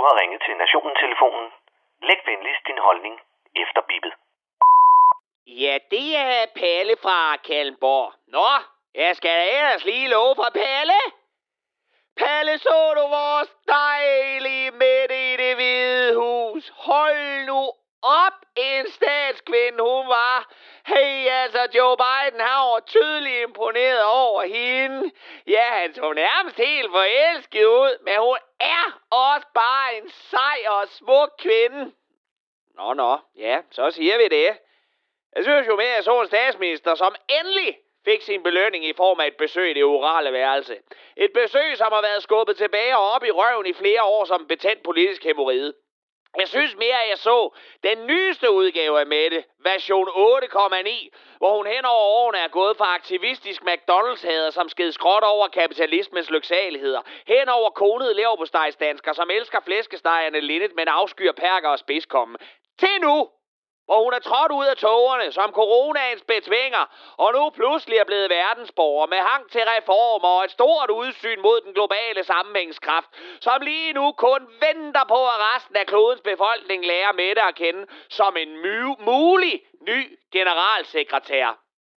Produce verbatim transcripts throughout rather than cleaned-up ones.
har ringet til Nationen-telefonen. Læg venligst din holdning efter bippet. Ja, det er Palle fra Kalmborg. Nå, jeg skal da ellers lige love fra Palle. Palle, så du vores dejlige Mette i Det Hvide Hus? Hold nu op, en statskvinde hun var. Hey, altså Joe Biden, han var tydeligt imponeret over hende. Ja, han så nærmest helt forelsket ud, men hun er også bare en sej og smuk kvinde. Nå, nå, ja, så siger vi det. Jeg synes jo med, at jeg så en statsminister, som endelig fik sin belønning i form af et besøg i det orale værelse. Et besøg, som har været skubbet tilbage og op i røven i flere år som betændt politisk hæmoride. Jeg synes mere, at jeg så den nyeste udgave af Mette, version otte komma ni, hvor hun hen over årene er gået fra aktivistisk McDonald's-hader, som sked skråt over kapitalismens lyksaligheder, hen over konede leverpostejsdansker, som elsker flæskestegerne lindet, men afskyer perker og spidskommen, til nu, hvor hun er trådt ud af togerne som coronaens betvingere, og nu pludselig er blevet verdensborger med hang til reformer og et stort udsyn mod den globale sammenhængskraft, som lige nu kun venter på, at resten af klodens befolkning lærer Mette at kende som en my- mulig ny generalsekretær.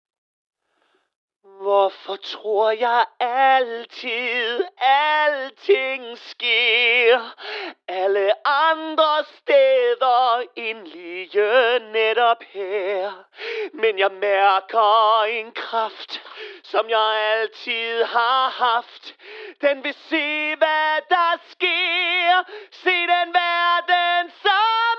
Hvorfor tror jeg altid, alting sker alle andre steder end lige netop her? Men jeg mærker en kraft, som jeg altid har haft. Den vil se, hvad der sker. Se den verden, som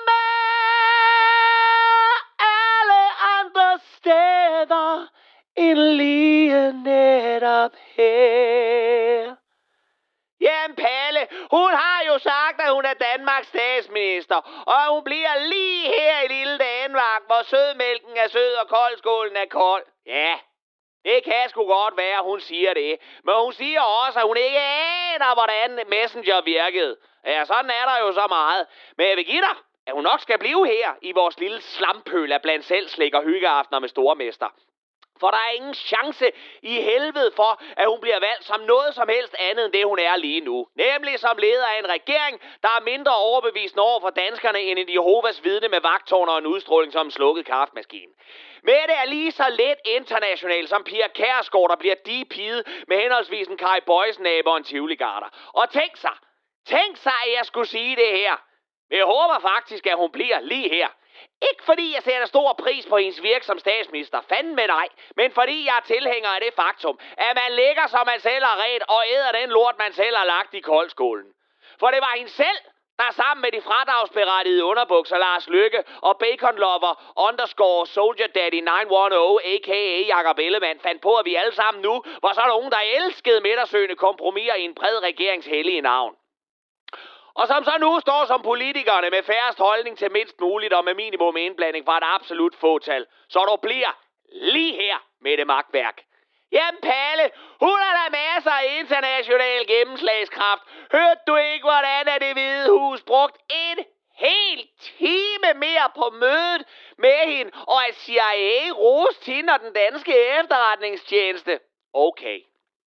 er alle andre steder end lige netop her. Jamen Palle, hun har jo sagt, at hun er Danmarks statsminister, og hun bliver lige her i lille Danmark, hvor sødmælken er sød og koldskålen er kold. Ja, det kan sgu godt være, hun siger det. Men hun siger også, at hun ikke aner, hvordan Messenger virkede. Ja, sådan er der jo så meget. Men jeg vil give dig, at hun nok skal blive her i vores lille slampøl af blandt selv slik og hyggeaftener med stormester. For der er ingen chance i helvede for, at hun bliver valgt som noget som helst andet end det, hun er lige nu. Nemlig som leder af en regering, der er mindre overbevisende over for danskerne end en Jehovas vidne med vagttårn og en udstråling som en slukket kaffemaskine. Mette er lige så let international som Pia Kjærsgaard, der bliver D P'et med henholdsvis en Kai Boysen-abe og en Tivoli-garter. Og tænk sig, tænk sig, at jeg skulle sige det her. Men jeg håber faktisk, at hun bliver lige her. Ikke fordi jeg sætter stor pris på hendes virke som statsminister, fanden med nej, men fordi jeg er tilhænger af det faktum, at man ligger, som man selv har ret, og æder den lort, man selv har lagt i koldskålen. For det var hende selv, der sammen med de fradragsberettigede underbukser Lars Løkke og baconlover underscore soldier daddy ni hundrede, a k a. Jakob Ellemann, fandt på, at vi alle sammen nu var så nogen, der elskede midtersøgende kompromiser i en bred regerings hellige navn. Og som så nu står som politikerne med færrest holdning til mindst muligt og med minimum indblanding fra et absolut fåtal, så du bliver lige her med det magtværk. Jamen Palle, hun har da masser af international gennemslagskraft. Hørte du ikke, hvordan er Det Hvide Hus brugt en hel time mere på mødet med hende, og at C I A roste hende og den danske efterretningstjeneste? Okay.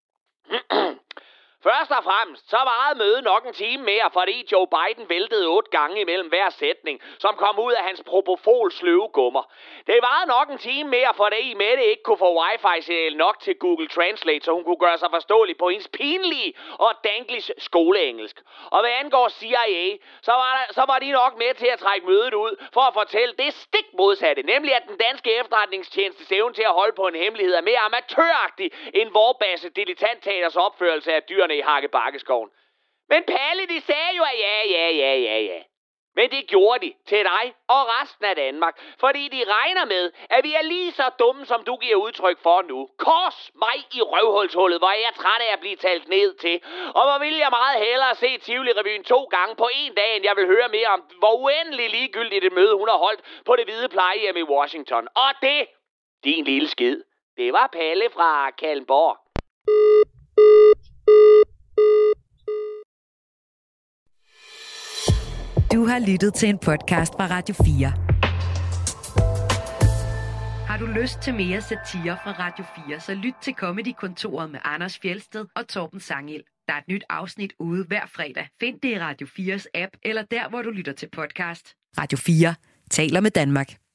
Først og fremmest, så varede mødet nok en time mere, fordi Joe Biden væltede otte gange imellem hver sætning, som kom ud af hans propofol sløve gummer. Det varede nok en time mere, fordi Mette ikke kunne få wifi-signal nok til Google Translate, så hun kunne gøre sig forståelig på hendes pinlige og danglish skoleengelsk. Og hvad angår C I A, så var, der, så var de nok med til at trække mødet ud for at fortælle det stik modsatte, nemlig at den danske efterretningstjenestes evne til at holde på en hemmelighed er mere amatøragtig end vorbasse dilettantteaters opførelse af dyrene i Hakkebakkeskoven. Men Palle, de sagde jo, at ja, ja, ja, ja, ja. Men det gjorde de til dig og resten af Danmark, fordi de regner med, at vi er lige så dumme, som du giver udtryk for nu. Kors mig i røvhulshullet, hvor jeg er træt af at blive talt ned til. Og hvor vil jeg meget hellere se Tivoli-revyen to gange på en dag, end jeg vil høre mere om, hvor uendelig ligegyldigt et møde, hun har holdt på det hvide plejehjem i Washington. Og det, din lille skid, det var Palle fra Kalmborg. Du har lyttet til en podcast fra Radio fire. Har du lyst til mere satire fra Radio fire, så lyt til Comedy-kontoret med Anders Fjeldsted og Torben Sangel. Der er et nyt afsnit ude hver fredag. Find det i Radio fires app, eller der, hvor du lytter til podcast. Radio fire taler med Danmark.